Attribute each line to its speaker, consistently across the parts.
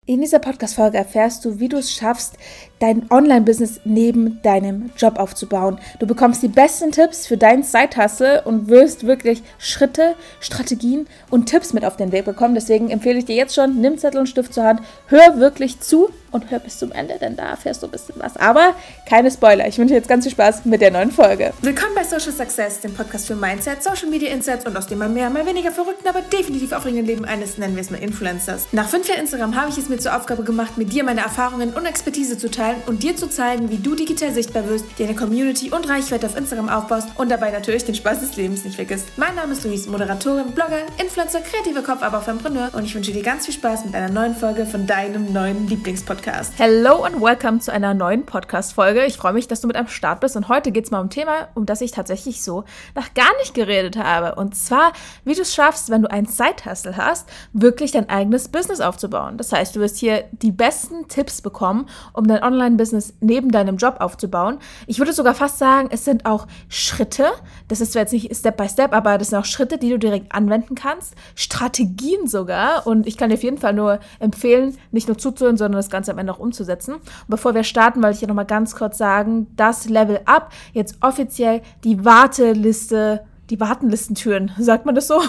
Speaker 1: In dieser Podcast-Folge erfährst du, wie du es schaffst, dein Online-Business neben deinem Job aufzubauen. Du bekommst die besten Tipps für deinen Side-Hustle und wirst wirklich Schritte, Strategien und Tipps mit auf den Weg bekommen. Deswegen empfehle ich dir jetzt schon, nimm Zettel und Stift zur Hand, hör wirklich zu und hör bis zum Ende, denn da erfährst du ein bisschen was. Aber keine Spoiler, ich wünsche dir jetzt ganz viel Spaß mit der neuen Folge. Willkommen bei Social Success, dem Podcast für Mindset, Social Media Insights und aus dem mal mehr, mal weniger verrückten, aber definitiv aufregenden Leben eines, nennen wir es mal Influencers. Nach 5 Jahren Instagram habe ich es mir zur Aufgabe gemacht, mit dir meine Erfahrungen und Expertise zu teilen und dir zu zeigen, wie du digital sichtbar wirst, dir eine Community und Reichweite auf Instagram aufbaust und dabei natürlich den Spaß des Lebens nicht vergisst. Mein Name ist Luis, Moderatorin, Blogger, Influencer, kreativer Kopf, aber auch Entrepreneur und ich wünsche dir ganz viel Spaß mit einer neuen Folge von deinem neuen Lieblingspodcast. Hello und welcome zu einer neuen Podcast-Folge. Ich freue mich, dass du mit am Start bist und heute geht es mal um ein Thema, um das ich tatsächlich so noch gar nicht geredet habe. Und zwar, wie du es schaffst, wenn du einen Side-Hustle hast, wirklich dein eigenes Business aufzubauen. Das heißt, du wirst hier die besten Tipps bekommen, um dein Online-Business neben deinem Job aufzubauen. Ich würde sogar fast sagen, es sind auch Schritte, das ist zwar jetzt nicht Step by Step, aber das sind auch Schritte, die du direkt anwenden kannst, Strategien sogar und ich kann dir auf jeden Fall nur empfehlen, nicht nur zuzuhören, sondern das Ganze am Ende auch umzusetzen. Und bevor wir starten, wollte ich ja nochmal ganz kurz sagen, dass Level Up jetzt offiziell die Wartenlistentüren, sagt man das so,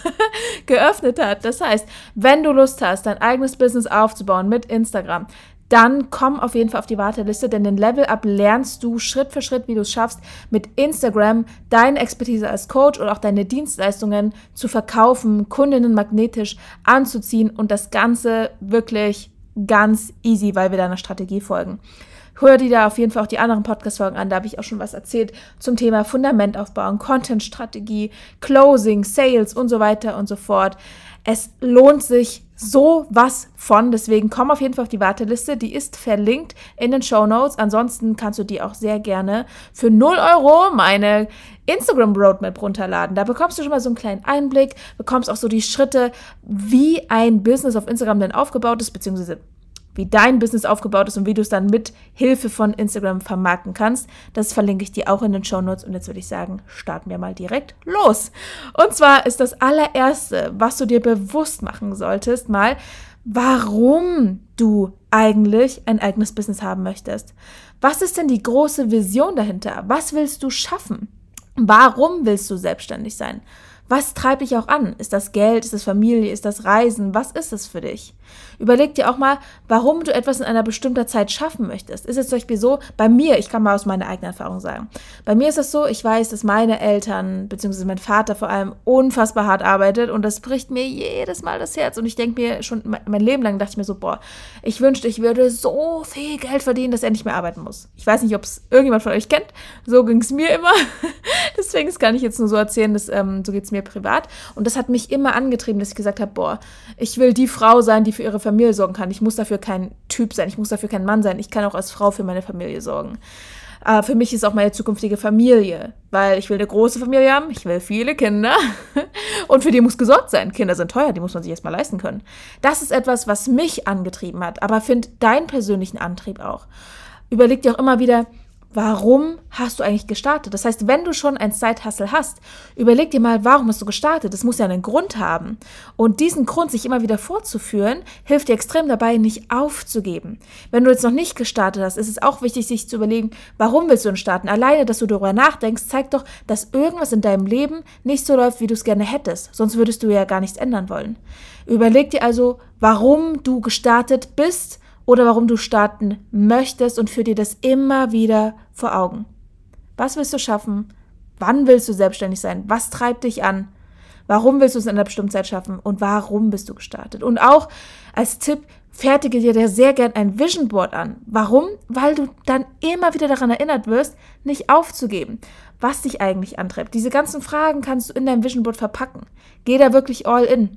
Speaker 1: geöffnet hat. Das heißt, wenn du Lust hast, dein eigenes Business aufzubauen mit Instagram, dann komm auf jeden Fall auf die Warteliste, denn den Level Up lernst du Schritt für Schritt, wie du es schaffst, mit Instagram deine Expertise als Coach oder auch deine Dienstleistungen zu verkaufen, Kundinnen magnetisch anzuziehen und das Ganze wirklich ganz easy, weil wir deiner Strategie folgen. Hör dir da auf jeden Fall auch die anderen Podcast-Folgen an, da habe ich auch schon was erzählt zum Thema Fundament aufbauen, Content-Strategie, Closing, Sales und so weiter und so fort. Es lohnt sich so was von, deswegen komm auf jeden Fall auf die Warteliste, die ist verlinkt in den Shownotes. Ansonsten kannst du die auch sehr gerne für 0 € meine Instagram-Roadmap runterladen. Da bekommst du schon mal so einen kleinen Einblick, bekommst auch so die Schritte, wie ein Business auf Instagram denn aufgebaut ist, beziehungsweise wie dein Business aufgebaut ist und wie du es dann mit Hilfe von Instagram vermarkten kannst. Das verlinke ich dir auch in den Shownotes und jetzt würde ich sagen, starten wir mal direkt los. Und zwar ist das allererste, was du dir bewusst machen solltest, mal, warum du eigentlich ein eigenes Business haben möchtest. Was ist denn die große Vision dahinter? Was willst du schaffen? Warum willst du selbstständig sein? Was treibt dich auch an? Ist das Geld? Ist das Familie? Ist das Reisen? Was ist es für dich? Überleg dir auch mal, warum du etwas in einer bestimmten Zeit schaffen möchtest. Ist es zum Beispiel so, bei mir, ich kann mal aus meiner eigenen Erfahrung sagen, bei mir ist es so, ich weiß, dass meine Eltern, beziehungsweise mein Vater vor allem, unfassbar hart arbeitet und das bricht mir jedes Mal das Herz und ich denke mir schon, mein Leben lang dachte ich mir so, boah, ich wünschte, ich würde so viel Geld verdienen, dass er nicht mehr arbeiten muss. Ich weiß nicht, ob es irgendjemand von euch kennt, so ging es mir immer, deswegen kann ich jetzt nur so erzählen, dass, so geht es mir privat und das hat mich immer angetrieben, dass ich gesagt habe, boah, ich will die Frau sein, die für ihre Familie sorgen kann. Ich muss dafür kein Typ sein, ich muss dafür kein Mann sein. Ich kann auch als Frau für meine Familie sorgen. Für mich ist auch meine zukünftige Familie, weil ich will eine große Familie haben, ich will viele Kinder und für die muss gesorgt sein. Kinder sind teuer, die muss man sich erstmal leisten können. Das ist etwas, was mich angetrieben hat, aber find deinen persönlichen Antrieb auch. Überleg dir auch immer wieder, warum hast du eigentlich gestartet? Das heißt, wenn du schon ein Side-Hustle hast, überleg dir mal, warum hast du gestartet? Das muss ja einen Grund haben. Und diesen Grund, sich immer wieder vorzuführen, hilft dir extrem dabei, nicht aufzugeben. Wenn du jetzt noch nicht gestartet hast, ist es auch wichtig, sich zu überlegen, warum willst du denn starten? Alleine, dass du darüber nachdenkst, zeigt doch, dass irgendwas in deinem Leben nicht so läuft, wie du es gerne hättest. Sonst würdest du ja gar nichts ändern wollen. Überleg dir also, warum du gestartet bist, oder warum du starten möchtest und führ dir das immer wieder vor Augen. Was willst du schaffen? Wann willst du selbstständig sein? Was treibt dich an? Warum willst du es in einer bestimmten Zeit schaffen? Und warum bist du gestartet? Und auch als Tipp, fertige dir sehr gern ein Vision Board an. Warum? Weil du dann immer wieder daran erinnert wirst, nicht aufzugeben, was dich eigentlich antreibt. Diese ganzen Fragen kannst du in deinem Vision Board verpacken. Geh da wirklich all in.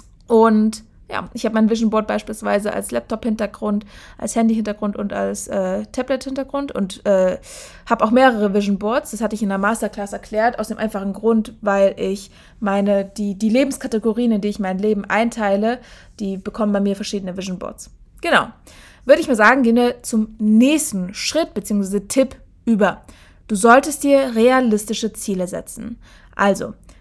Speaker 1: Und ja, ich habe mein Vision Board beispielsweise als Laptop-Hintergrund, als Handy-Hintergrund und als Tablet-Hintergrund und habe auch mehrere Vision Boards. Das hatte ich in der Masterclass erklärt, aus dem einfachen Grund, weil ich die Lebenskategorien, in die ich mein Leben einteile, die bekommen bei mir verschiedene Vision Boards. Genau. Würde ich mal sagen, gehen wir zum nächsten Schritt bzw. Tipp über. Du solltest dir realistische Ziele setzen. Also,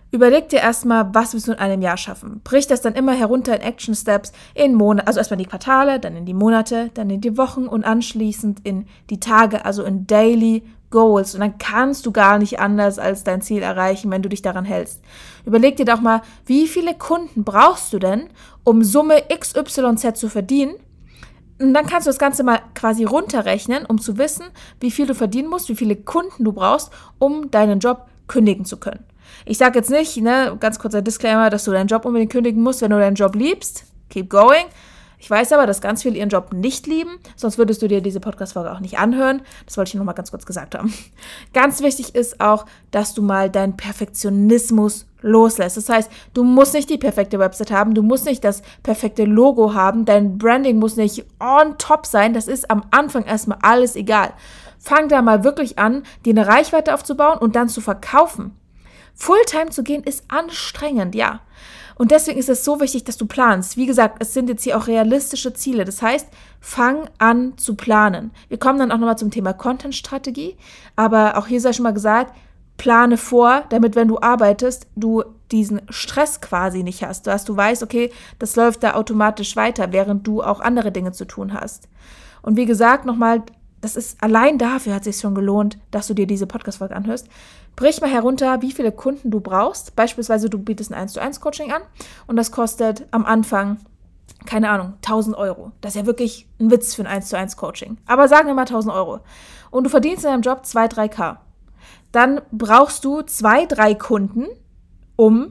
Speaker 1: Überleg dir erstmal, was willst du in einem Jahr schaffen. Brich das dann immer herunter in Action Steps, in Monate, also erstmal in die Quartale, dann in die Monate, dann in die Wochen und anschließend in die Tage, also in Daily Goals. Und dann kannst du gar nicht anders als dein Ziel erreichen, wenn du dich daran hältst. Überleg dir doch mal, wie viele Kunden brauchst du denn, um Summe XYZ zu verdienen? Und dann kannst du das Ganze mal quasi runterrechnen, um zu wissen, wie viel du verdienen musst, wie viele Kunden du brauchst, um deinen Job kündigen zu können. Ich sage jetzt nicht, ganz kurzer Disclaimer, dass du deinen Job unbedingt kündigen musst, wenn du deinen Job liebst. Keep going. Ich weiß aber, dass ganz viele ihren Job nicht lieben, sonst würdest du dir diese Podcast-Folge auch nicht anhören. Das wollte ich nochmal ganz kurz gesagt haben. Ganz wichtig ist auch, dass du mal deinen Perfektionismus loslässt. Das heißt, du musst nicht die perfekte Website haben, du musst nicht das perfekte Logo haben, dein Branding muss nicht on top sein, das ist am Anfang erstmal alles egal. Fang da mal wirklich an, dir eine Reichweite aufzubauen und dann zu verkaufen. Fulltime zu gehen ist anstrengend, ja. Und deswegen ist es so wichtig, dass du planst. Wie gesagt, es sind jetzt hier auch realistische Ziele. Das heißt, fang an zu planen. Wir kommen dann auch nochmal zum Thema Content-Strategie. Aber auch hier sei schon mal gesagt, plane vor, damit, wenn du arbeitest, du diesen Stress quasi nicht hast. Dass du weißt, okay, das läuft da automatisch weiter, während du auch andere Dinge zu tun hast. Und wie gesagt, nochmal, das ist allein dafür hat es sich schon gelohnt, dass du dir diese Podcast-Folge anhörst. Brich mal herunter, wie viele Kunden du brauchst. Beispielsweise, du bietest ein 1:1 Coaching an und das kostet am Anfang, keine Ahnung, 1.000 Euro. Das ist ja wirklich ein Witz für ein 1:1 Coaching. Aber sagen wir mal 1.000 Euro. Und du verdienst in deinem Job 2-3K. Dann brauchst du 2-3 Kunden, um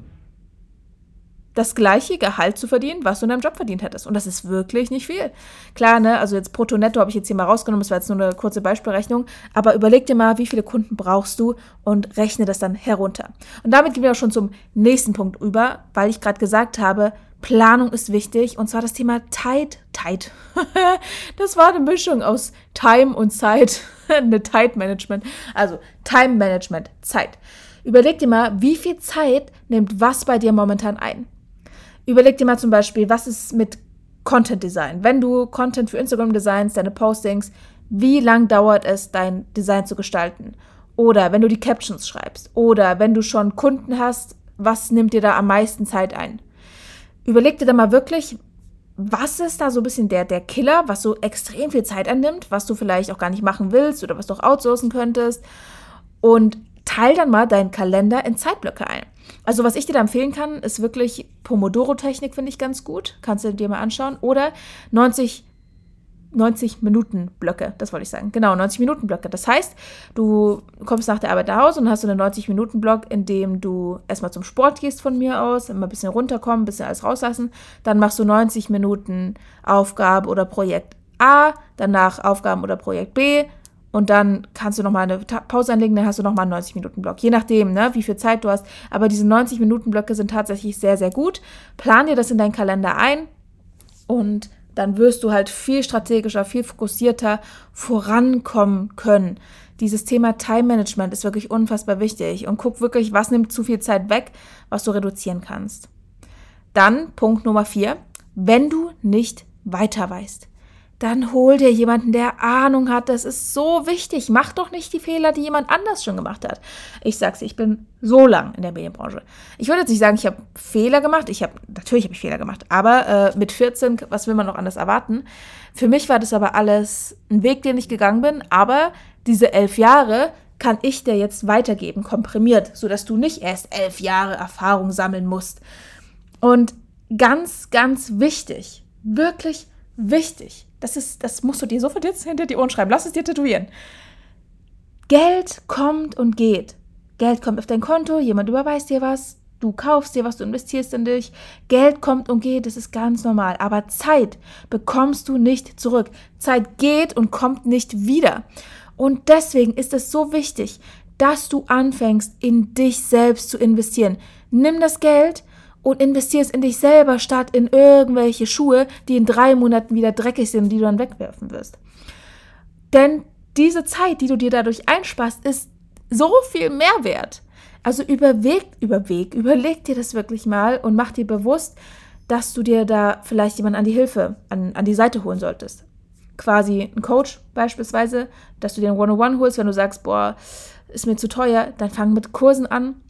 Speaker 1: das gleiche Gehalt zu verdienen, was du in deinem Job verdient hättest. Und das ist wirklich nicht viel. Klar, also jetzt brutto netto habe ich jetzt hier mal rausgenommen, das war jetzt nur eine kurze Beispielrechnung, aber überleg dir mal, wie viele Kunden brauchst du und rechne das dann herunter. Und damit gehen wir auch schon zum nächsten Punkt über, weil ich gerade gesagt habe, Planung ist wichtig, und zwar das Thema Zeit. Das war eine Mischung aus Time und Zeit, eine Zeitmanagement, also Time Management, Zeit. Überleg dir mal, wie viel Zeit nimmt was bei dir momentan ein? Überleg dir mal zum Beispiel, was ist mit Content Design? Wenn du Content für Instagram designst, deine Postings, wie lang dauert es, dein Design zu gestalten? Oder wenn du die Captions schreibst? Oder wenn du schon Kunden hast, was nimmt dir da am meisten Zeit ein? Überleg dir da mal wirklich, was ist da so ein bisschen der Killer, was so extrem viel Zeit annimmt, was du vielleicht auch gar nicht machen willst oder was du auch outsourcen könntest. Und teil dann mal deinen Kalender in Zeitblöcke ein. Also was ich dir da empfehlen kann, ist wirklich Pomodoro-Technik, finde ich ganz gut. Kannst du dir mal anschauen. Oder 90 Minuten Blöcke, das wollte ich sagen. Genau, 90 Minuten Blöcke. Das heißt, du kommst nach der Arbeit nach Hause und hast so einen 90 Minuten Block, in dem du erstmal zum Sport gehst von mir aus, immer ein bisschen runterkommen, ein bisschen alles rauslassen. Dann machst du 90 Minuten Aufgabe oder Projekt A, danach Aufgaben oder Projekt B. Und dann kannst du nochmal eine Pause einlegen, dann hast du nochmal einen 90-Minuten-Block. Je nachdem, wie viel Zeit du hast. Aber diese 90-Minuten-Blöcke sind tatsächlich sehr, sehr gut. Plan dir das in deinen Kalender ein und dann wirst du halt viel strategischer, viel fokussierter vorankommen können. Dieses Thema Time-Management ist wirklich unfassbar wichtig. Und guck wirklich, was nimmt zu viel Zeit weg, was du reduzieren kannst. Dann Punkt Nummer 4, wenn du nicht weiter weißt. Dann hol dir jemanden, der Ahnung hat. Das ist so wichtig. Mach doch nicht die Fehler, die jemand anders schon gemacht hat. Ich sag's dir, ich bin so lang in der Medienbranche. Ich würde jetzt nicht sagen, ich habe Fehler gemacht. Natürlich habe ich Fehler gemacht. Aber mit 14, was will man noch anders erwarten? Für mich war das aber alles ein Weg, den ich gegangen bin. Aber diese 11 Jahre kann ich dir jetzt weitergeben, komprimiert, sodass du nicht erst 11 Jahre Erfahrung sammeln musst. Und ganz, ganz wichtig, wirklich wichtig, das musst du dir sofort jetzt hinter die Ohren schreiben. Lass es dir tätowieren. Geld kommt und geht. Geld kommt auf dein Konto, jemand überweist dir was, du kaufst dir was, du investierst in dich. Geld kommt und geht, das ist ganz normal. Aber Zeit bekommst du nicht zurück. Zeit geht und kommt nicht wieder. Und deswegen ist es so wichtig, dass du anfängst, in dich selbst zu investieren. Nimm das Geld und investierst in dich selber, statt in irgendwelche Schuhe, die in 3 Monaten wieder dreckig sind und die du dann wegwerfen wirst. Denn diese Zeit, die du dir dadurch einsparst, ist so viel mehr wert. Also überleg dir das wirklich mal und mach dir bewusst, dass du dir da vielleicht jemanden an die Seite holen solltest. Quasi einen Coach beispielsweise, dass du dir einen One-on-One holst, wenn du sagst, ist mir zu teuer, dann fang mit Kursen an.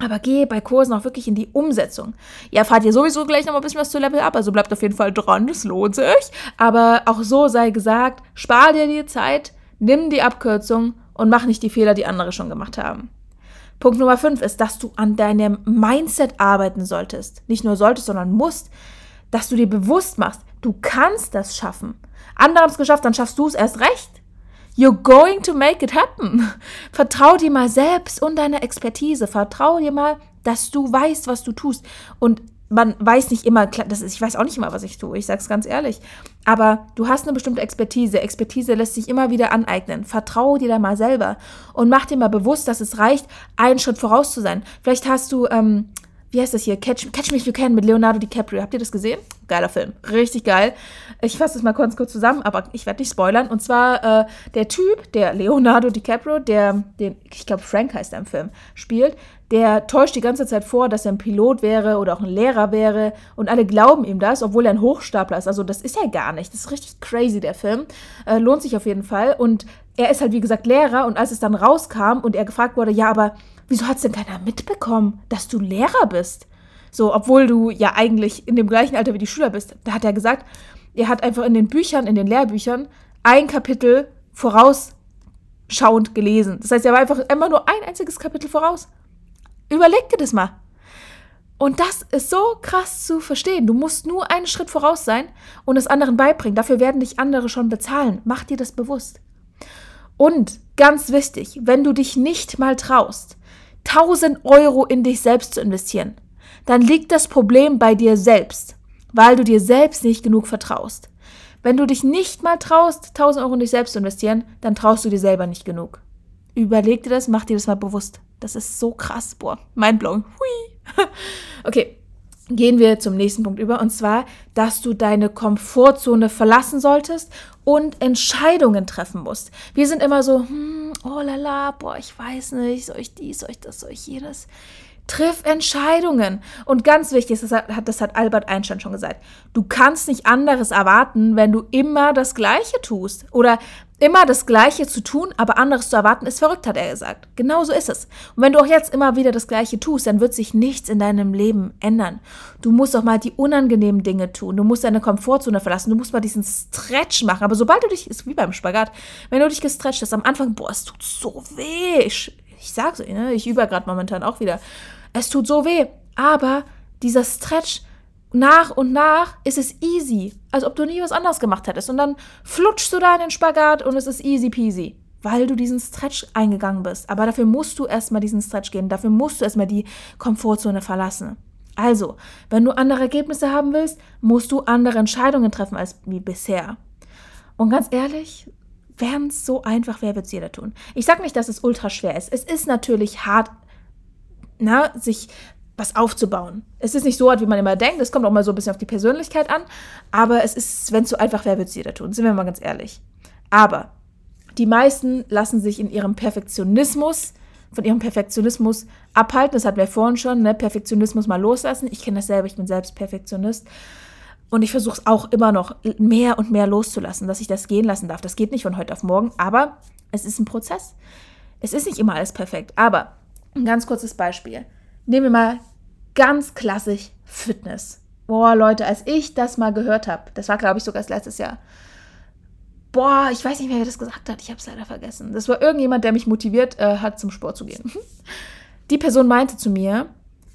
Speaker 1: Aber geh bei Kursen auch wirklich in die Umsetzung. Ihr erfahrt ihr sowieso gleich noch mal ein bisschen was zu Level Up, also bleibt auf jeden Fall dran, das lohnt sich. Aber auch so sei gesagt, spar dir die Zeit, nimm die Abkürzung und mach nicht die Fehler, die andere schon gemacht haben. Punkt Nummer 5 ist, dass du an deinem Mindset arbeiten solltest. Nicht nur solltest, sondern musst, dass du dir bewusst machst, du kannst das schaffen. Andere haben es geschafft, dann schaffst du es erst recht. You're going to make it happen. Vertrau dir mal selbst und deiner Expertise. Vertrau dir mal, dass du weißt, was du tust. Und man weiß nicht immer, ich weiß auch nicht immer, was ich tue, ich sag's ganz ehrlich. Aber du hast eine bestimmte Expertise. Expertise lässt sich immer wieder aneignen. Vertrau dir da mal selber und mach dir mal bewusst, dass es reicht, einen Schritt voraus zu sein. Vielleicht hast du, wie heißt das hier? Catch Me If You Can mit Leonardo DiCaprio. Habt ihr das gesehen? Geiler Film. Richtig geil. Ich fasse es mal kurz zusammen, aber ich werde nicht spoilern. Und zwar der Typ, der Leonardo DiCaprio, den, ich glaube Frank heißt er im Film, spielt, der täuscht die ganze Zeit vor, dass er ein Pilot wäre oder auch ein Lehrer wäre. Und alle glauben ihm das, obwohl er ein Hochstapler ist. Also das ist er gar nicht. Das ist richtig crazy, der Film. Lohnt sich auf jeden Fall. Und er ist halt, wie gesagt, Lehrer. Und als es dann rauskam und er gefragt wurde, ja, aber wieso hat es denn keiner mitbekommen, dass du Lehrer bist? So, obwohl du ja eigentlich in dem gleichen Alter wie die Schüler bist. Da hat er gesagt, er hat einfach in den Büchern, in den Lehrbüchern, ein Kapitel vorausschauend gelesen. Das heißt, er war einfach immer nur ein einziges Kapitel voraus. Überleg dir das mal. Und das ist so krass zu verstehen. Du musst nur einen Schritt voraus sein und es anderen beibringen. Dafür werden dich andere schon bezahlen. Mach dir das bewusst. Und ganz wichtig, wenn du dich nicht mal traust, 1.000 € in dich selbst zu investieren, dann liegt das Problem bei dir selbst, weil du dir selbst nicht genug vertraust. Wenn du dich nicht mal traust, 1.000 € in dich selbst zu investieren, dann traust du dir selber nicht genug. Überleg dir das, mach dir das mal bewusst. Das ist so krass, boah, mindblowing. Hui. Okay, gehen wir zum nächsten Punkt über, und zwar, dass du deine Komfortzone verlassen solltest und Entscheidungen treffen musst. Wir sind immer so, oh lala, boah, ich weiß nicht, soll ich dies, soll ich das, soll ich jenes? Triff Entscheidungen. Und ganz wichtig, das hat Albert Einstein schon gesagt, du kannst nicht anderes erwarten, wenn du immer das Gleiche tust. Oder immer das Gleiche zu tun, aber anderes zu erwarten, ist verrückt, hat er gesagt. Genau so ist es. Und wenn du auch jetzt immer wieder das Gleiche tust, dann wird sich nichts in deinem Leben ändern. Du musst auch mal die unangenehmen Dinge tun. Du musst deine Komfortzone verlassen. Du musst mal diesen Stretch machen. Aber sobald du dich, ist wie beim Spagat, wenn du dich gestretcht hast, am Anfang, boah, es tut so weh. Ich sag's euch, ne? Ich übe gerade momentan auch wieder. Es tut so weh. Aber dieser Stretch, nach und nach ist es easy, als ob du nie was anderes gemacht hättest. Und dann flutschst du da in den Spagat und es ist easy peasy, weil du diesen Stretch eingegangen bist. Aber dafür musst du erstmal diesen Stretch gehen. Dafür musst du erstmal die Komfortzone verlassen. Also, wenn du andere Ergebnisse haben willst, musst du andere Entscheidungen treffen als wie bisher. Und ganz ehrlich, wären es so einfach, wer wird es jeder tun? Ich sage nicht, dass es ultra schwer ist. Es ist natürlich hart, sich was aufzubauen. Es ist nicht so hart, wie man immer denkt. Es kommt auch mal so ein bisschen auf die Persönlichkeit an. Aber es ist, wenn es so einfach wäre, würde es jeder tun. Sind wir mal ganz ehrlich. Aber die meisten lassen sich von ihrem Perfektionismus abhalten. Das hatten wir vorhin schon, ne? Perfektionismus mal loslassen. Ich kenne das selber, ich bin selbst Perfektionist. Und ich versuche es auch immer noch mehr und mehr loszulassen, dass ich das gehen lassen darf. Das geht nicht von heute auf morgen, aber es ist ein Prozess. Es ist nicht immer alles perfekt. Aber ein ganz kurzes Beispiel. Nehmen wir mal ganz klassisch Fitness. Boah, Leute, als ich das mal gehört habe, das war, glaube ich, sogar das letztes Jahr. Boah, ich weiß nicht mehr, wer das gesagt hat. Ich habe es leider vergessen. Das war irgendjemand, der mich motiviert hat, zum Sport zu gehen. Die Person meinte zu mir,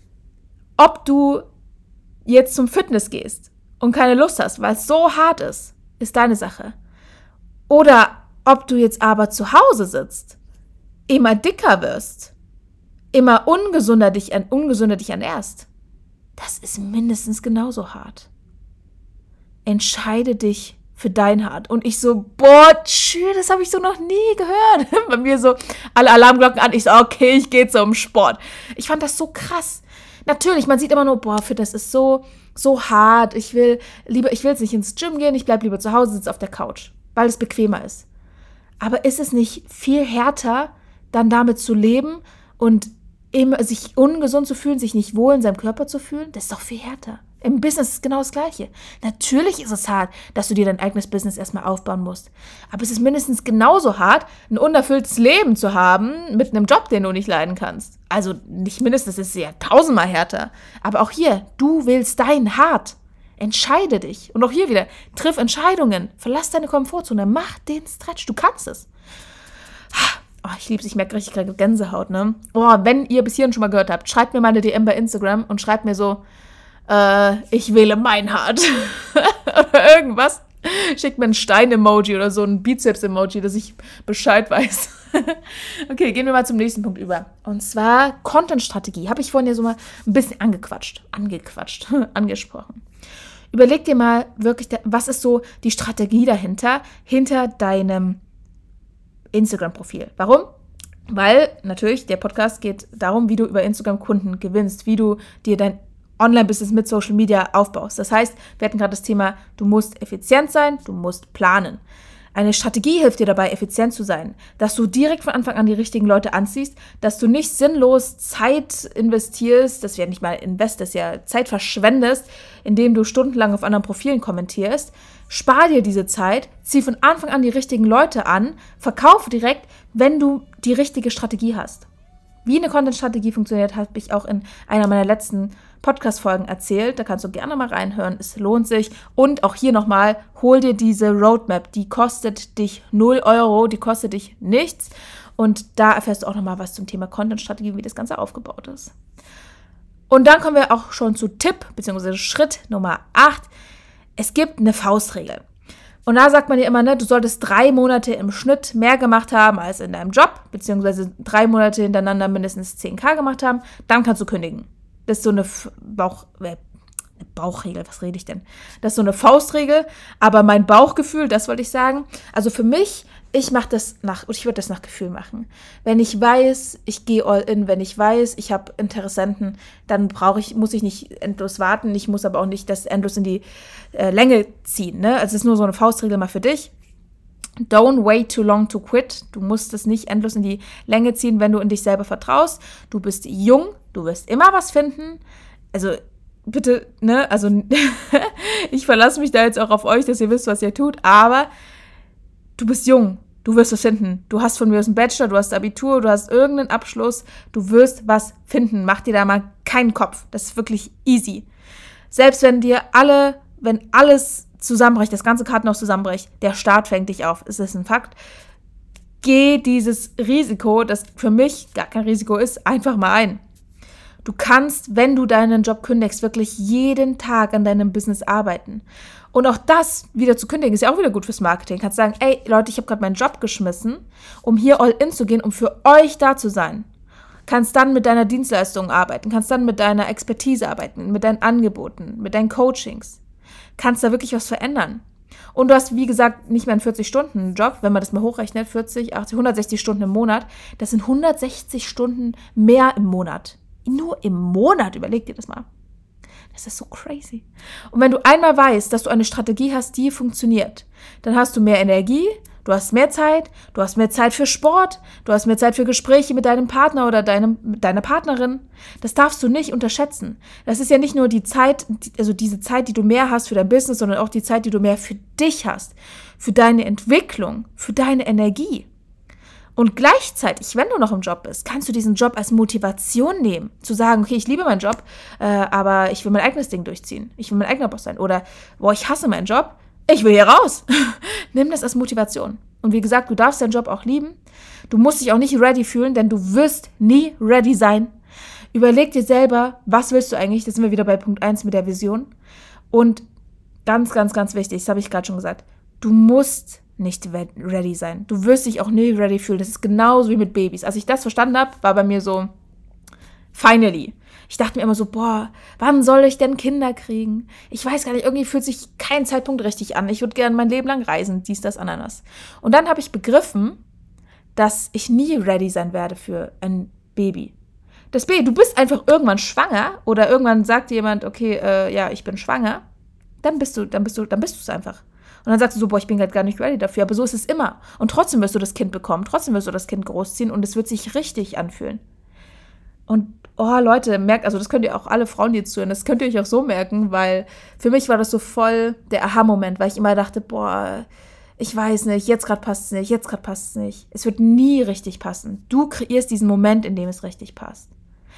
Speaker 1: ob du jetzt zum Fitness gehst und keine Lust hast, weil es so hart ist, ist deine Sache. Oder ob du jetzt aber zu Hause sitzt, immer dicker wirst, immer ungesünder dich ernährst, das ist mindestens genauso hart. Entscheide dich für dein Hart. Und ich so, boah, das habe ich so noch nie gehört. Bei mir so alle Alarmglocken an. Ich so, okay, ich gehe zum Sport. Ich fand das so krass. Natürlich, man sieht immer nur, boah, Fitness ist so hart. Ich will jetzt nicht ins Gym gehen, ich bleibe lieber zu Hause, sitze auf der Couch, weil es bequemer ist. Aber ist es nicht viel härter, dann damit zu leben und sich ungesund zu fühlen, sich nicht wohl in seinem Körper zu fühlen? Das ist doch viel härter. Im Business ist es genau das Gleiche. Natürlich ist es hart, dass du dir dein eigenes Business erstmal aufbauen musst. Aber es ist mindestens genauso hart, ein unerfülltes Leben zu haben mit einem Job, den du nicht leiden kannst. Also nicht mindestens, es ist ja 1000-mal härter. Aber auch hier, du wählst dein Hart. Entscheide dich. Und auch hier wieder, triff Entscheidungen. Verlass deine Komfortzone. Mach den Stretch. Du kannst es. Oh, ich liebe es, ich merke richtig gerade Gänsehaut, ne? Oh, wenn ihr bis hierhin schon mal gehört habt, schreibt mir mal eine DM bei Instagram und schreibt mir so, ich wähle mein Hart. Oder irgendwas. Schickt mir ein Stein-Emoji oder so ein Bizeps-Emoji, dass ich Bescheid weiß. Okay, gehen wir mal zum nächsten Punkt über. Und zwar Content-Strategie. Habe ich vorhin ja so mal ein bisschen angesprochen. Überleg dir mal wirklich, was ist so die Strategie dahinter, hinter deinem Instagram-Profil. Warum? Weil natürlich der Podcast geht darum, wie du über Instagram Kunden gewinnst, wie du dir dein Online-Business mit Social Media aufbaust. Das heißt, wir hatten gerade das Thema, du musst effizient sein, du musst planen. Eine Strategie hilft dir dabei, effizient zu sein, dass du direkt von Anfang an die richtigen Leute anziehst, dass du nicht sinnlos Zeit investierst, das wäre nicht mal Invest, das ist ja Zeit verschwendest, indem du stundenlang auf anderen Profilen kommentierst. Spar dir diese Zeit, zieh von Anfang an die richtigen Leute an, verkaufe direkt, wenn du die richtige Strategie hast. Wie eine Content-Strategie funktioniert, habe ich auch in einer meiner letzten Podcast-Folgen erzählt. Da kannst du gerne mal reinhören. Es lohnt sich. Und auch hier nochmal, hol dir diese Roadmap. Die kostet dich 0 €, die kostet dich nichts. Und da erfährst du auch nochmal was zum Thema Content-Strategie, wie das Ganze aufgebaut ist. Und dann kommen wir auch schon zu Tipp, bzw. Schritt Nummer 8. Es gibt eine Faustregel. Und da sagt man ja immer, ne, du solltest 3 Monate im Schnitt mehr gemacht haben als in deinem Job, beziehungsweise 3 Monate hintereinander mindestens 10.000 gemacht haben, dann kannst du kündigen. Das ist so eine Bauchregel, was rede ich denn? Das ist so eine Faustregel, aber mein Bauchgefühl, das wollte ich sagen. Also für mich, ich würde das nach Gefühl machen. Wenn ich weiß, ich gehe all in, wenn ich weiß, ich habe Interessenten, dann muss ich nicht endlos warten, ich muss aber auch nicht das endlos in die Länge ziehen. Ne? Also es ist nur so eine Faustregel mal für dich. Don't wait too long to quit. Du musst es nicht endlos in die Länge ziehen, wenn du in dich selber vertraust. Du bist jung, du wirst immer was finden. Also bitte, ne, also ich verlasse mich da jetzt auch auf euch, dass ihr wisst, was ihr tut, aber du bist jung, du wirst was finden. Du hast von mir aus einen Bachelor, du hast Abitur, du hast irgendeinen Abschluss, du wirst was finden. Mach dir da mal keinen Kopf. Das ist wirklich easy. Selbst wenn alles zusammenbricht, das ganze Kartenhaus zusammenbricht, der Start fängt dich auf. Es ist ein Fakt. Geh dieses Risiko, das für mich gar kein Risiko ist, einfach mal ein. Du kannst, wenn du deinen Job kündigst, wirklich jeden Tag an deinem Business arbeiten. Und auch das wieder zu kündigen, ist ja auch wieder gut fürs Marketing. Du kannst sagen, ey Leute, ich habe gerade meinen Job geschmissen, um hier all in zu gehen, um für euch da zu sein. Kannst dann mit deiner Dienstleistung arbeiten, kannst dann mit deiner Expertise arbeiten, mit deinen Angeboten, mit deinen Coachings. Kannst da wirklich was verändern. Und du hast, wie gesagt, nicht mehr einen 40-Stunden-Job, wenn man das mal hochrechnet, 40, 80, 160 Stunden im Monat. Das sind 160 Stunden mehr im Monat. Nur im Monat, überleg dir das mal. Das ist so crazy. Und wenn du einmal weißt, dass du eine Strategie hast, die funktioniert, dann hast du mehr Energie, du hast mehr Zeit für Sport, du hast mehr Zeit für Gespräche mit deinem Partner oder deiner Partnerin. Das darfst du nicht unterschätzen. Das ist ja nicht nur die Zeit, also diese Zeit, die du mehr hast für dein Business, sondern auch die Zeit, die du mehr für dich hast, für deine Entwicklung, für deine Energie. Und gleichzeitig, wenn du noch im Job bist, kannst du diesen Job als Motivation nehmen. Zu sagen, okay, ich liebe meinen Job, aber ich will mein eigenes Ding durchziehen. Ich will mein eigener Boss sein. Oder, boah, ich hasse meinen Job, ich will hier raus. Nimm das als Motivation. Und wie gesagt, du darfst deinen Job auch lieben. Du musst dich auch nicht ready fühlen, denn du wirst nie ready sein. Überleg dir selber, was willst du eigentlich? Da sind wir wieder bei Punkt 1 mit der Vision. Und ganz, ganz, ganz wichtig, das habe ich gerade schon gesagt, du musst nicht ready sein. Du wirst dich auch nie ready fühlen. Das ist genauso wie mit Babys. Als ich das verstanden habe, war bei mir so, finally. Ich dachte mir immer so, boah, wann soll ich denn Kinder kriegen? Ich weiß gar nicht, irgendwie fühlt sich kein Zeitpunkt richtig an. Ich würde gerne mein Leben lang reisen, dies, das, Ananas. Und dann habe ich begriffen, dass ich nie ready sein werde für ein Baby. Das Baby, du bist einfach irgendwann schwanger oder irgendwann sagt dir jemand, okay, ja, ich bin schwanger, dann bist du es einfach. Und dann sagst du so, boah, ich bin gerade gar nicht ready dafür. Aber so ist es immer. Und trotzdem wirst du das Kind bekommen. Trotzdem wirst du das Kind großziehen und es wird sich richtig anfühlen. Und oh Leute, merkt, also das könnt ihr auch alle Frauen, die jetzt zuhören, das könnt ihr euch auch so merken, weil für mich war das so voll der Aha-Moment, weil ich immer dachte, boah, ich weiß nicht, jetzt gerade passt es nicht. Es wird nie richtig passen. Du kreierst diesen Moment, in dem es richtig passt.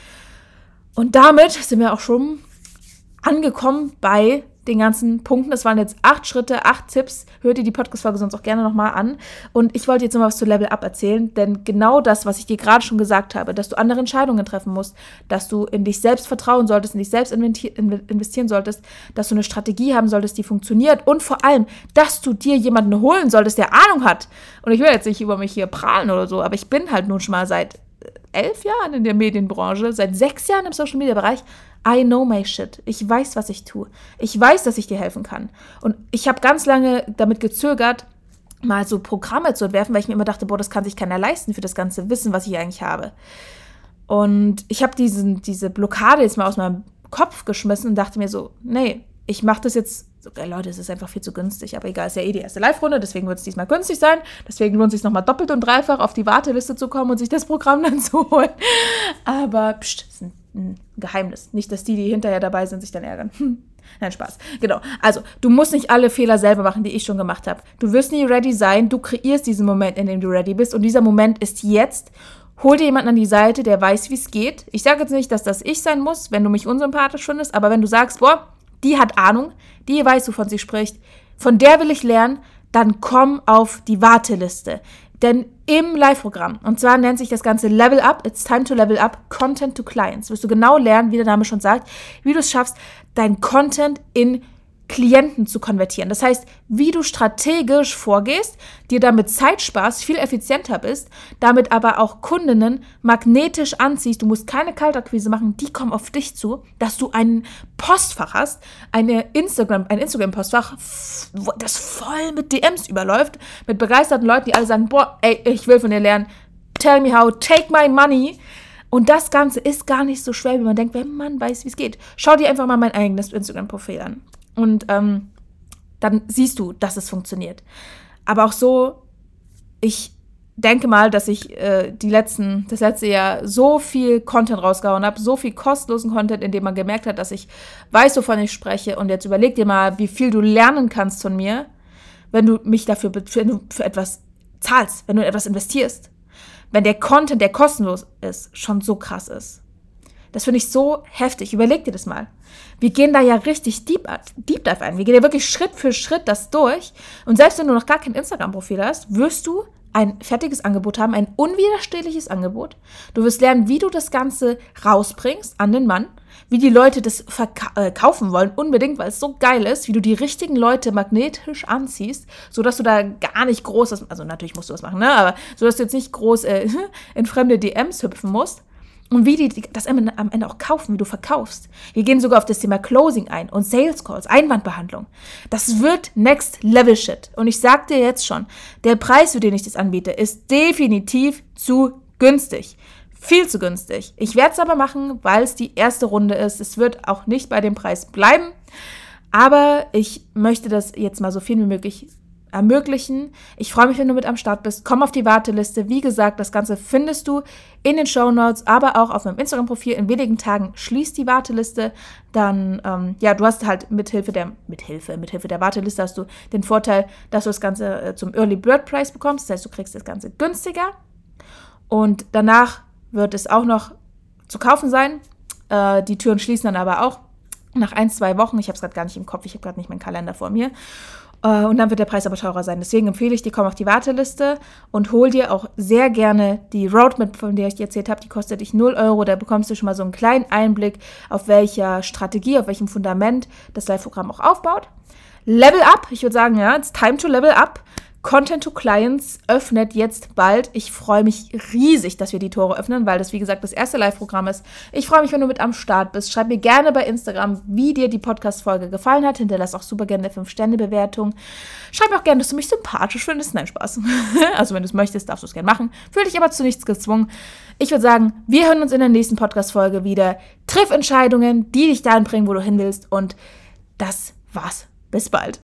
Speaker 1: Und damit sind wir auch schon angekommen bei den ganzen Punkten. Das waren jetzt 8 Schritte, 8 Tipps. Hört ihr die Podcast-Folge sonst auch gerne nochmal an. Und ich wollte jetzt noch mal was zu Level Up erzählen, denn genau das, was ich dir gerade schon gesagt habe, dass du andere Entscheidungen treffen musst, dass du in dich selbst vertrauen solltest, in dich selbst investieren solltest, dass du eine Strategie haben solltest, die funktioniert und vor allem, dass du dir jemanden holen solltest, der Ahnung hat. Und ich will jetzt nicht über mich hier prahlen oder so, aber ich bin halt nun schon mal seit 11 Jahren in der Medienbranche, seit 6 Jahren im Social-Media-Bereich. I know my shit. Ich weiß, was ich tue. Ich weiß, dass ich dir helfen kann. Und ich habe ganz lange damit gezögert, mal so Programme zu entwerfen, weil ich mir immer dachte, boah, das kann sich keiner leisten für das ganze Wissen, was ich eigentlich habe. Und ich habe diese Blockade jetzt mal aus meinem Kopf geschmissen und dachte mir so, nee, ich mache das jetzt, Leute, es ist einfach viel zu günstig, aber egal, ist ja eh die erste Live-Runde, deswegen wird es diesmal günstig sein, deswegen lohnt es sich nochmal doppelt und dreifach auf die Warteliste zu kommen und sich das Programm dann zu holen. Aber pst, das ist ein Geheimnis. Nicht, dass die hinterher dabei sind, sich dann ärgern. Nein, Spaß. Genau. Also, du musst nicht alle Fehler selber machen, die ich schon gemacht habe. Du wirst nie ready sein, du kreierst diesen Moment, in dem du ready bist und dieser Moment ist jetzt. Hol dir jemanden an die Seite, der weiß, wie es geht. Ich sage jetzt nicht, dass das ich sein muss, wenn du mich unsympathisch findest, aber wenn du sagst, boah, die hat Ahnung, die weiß, wovon sie spricht, von der will ich lernen, dann komm auf die Warteliste. Denn im Live-Programm, und zwar nennt sich das Ganze Level Up, it's time to level up, Content to Clients, wirst du genau lernen, wie der Name schon sagt, wie du es schaffst, dein Content in Klienten zu konvertieren. Das heißt, wie du strategisch vorgehst, dir damit Zeit sparst, viel effizienter bist, damit aber auch Kundinnen magnetisch anziehst. Du musst keine Kaltakquise machen, die kommen auf dich zu, dass du ein Postfach hast, ein Instagram-Postfach, das voll mit DMs überläuft, mit begeisterten Leuten, die alle sagen, boah, ey, ich will von dir lernen, tell me how, take my money. Und das Ganze ist gar nicht so schwer, wie man denkt, wenn man weiß, wie es geht. Schau dir einfach mal mein eigenes Instagram-Profil an. Und dann siehst du, dass es funktioniert. Aber auch so, ich denke mal, dass ich das letzte Jahr so viel Content rausgehauen habe, so viel kostenlosen Content, in dem man gemerkt hat, dass ich weiß, wovon ich spreche. Und jetzt überleg dir mal, wie viel du lernen kannst von mir, wenn du mich dafür für etwas zahlst, wenn du in etwas investierst. Wenn der Content, der kostenlos ist, schon so krass ist. Das finde ich so heftig. Überleg dir das mal. Wir gehen da ja richtig Deep Dive ein. Wir gehen ja wirklich Schritt für Schritt das durch. Und selbst wenn du noch gar kein Instagram-Profil hast, wirst du ein fertiges Angebot haben, ein unwiderstehliches Angebot. Du wirst lernen, wie du das Ganze rausbringst an den Mann, wie die Leute das kaufen wollen, unbedingt, weil es so geil ist, wie du die richtigen Leute magnetisch anziehst, sodass du da gar nicht groß, also natürlich musst du was machen, ne? Aber sodass du jetzt nicht groß in fremde DMs hüpfen musst. Und wie die das am Ende auch kaufen, wie du verkaufst. Wir gehen sogar auf das Thema Closing ein und Sales Calls, Einwandbehandlung. Das wird Next Level Shit. Und ich sag dir jetzt schon, der Preis, für den ich das anbiete, ist definitiv zu günstig. Viel zu günstig. Ich werde es aber machen, weil es die erste Runde ist. Es wird auch nicht bei dem Preis bleiben. Aber ich möchte das jetzt mal so viel wie möglich ermöglichen. Ich freue mich, wenn du mit am Start bist. Komm auf die Warteliste. Wie gesagt, das Ganze findest du in den Shownotes, aber auch auf meinem Instagram-Profil. In wenigen Tagen schließt die Warteliste. Dann, du hast halt mithilfe der Warteliste hast du den Vorteil, dass du das Ganze zum Early Bird Price bekommst. Das heißt, du kriegst das Ganze günstiger. Und danach wird es auch noch zu kaufen sein. Die Türen schließen dann aber auch nach 1-2 Wochen. Ich habe es gerade gar nicht im Kopf. Ich habe gerade nicht meinen Kalender vor mir. Und dann wird der Preis aber teurer sein. Deswegen empfehle ich dir, komm auf die Warteliste und hol dir auch sehr gerne die Roadmap, von der ich dir erzählt habe. Die kostet dich 0 €. Da bekommst du schon mal so einen kleinen Einblick, auf welcher Strategie, auf welchem Fundament das Live-Programm auch aufbaut. Level Up, ich würde sagen, ja, it's time to level up. Content to Clients öffnet jetzt bald. Ich freue mich riesig, dass wir die Tore öffnen, weil das, wie gesagt, das erste Live-Programm ist. Ich freue mich, wenn du mit am Start bist. Schreib mir gerne bei Instagram, wie dir die Podcast-Folge gefallen hat. Hinterlass auch super gerne eine 5-Sterne-Bewertung. Schreib mir auch gerne, dass du mich sympathisch findest. Nein, Spaß. Also, wenn du es möchtest, darfst du es gerne machen. Fühl dich aber zu nichts gezwungen. Ich würde sagen, wir hören uns in der nächsten Podcast-Folge wieder. Triff Entscheidungen, die dich dahin bringen, wo du hin willst. Und das war's. Bis bald.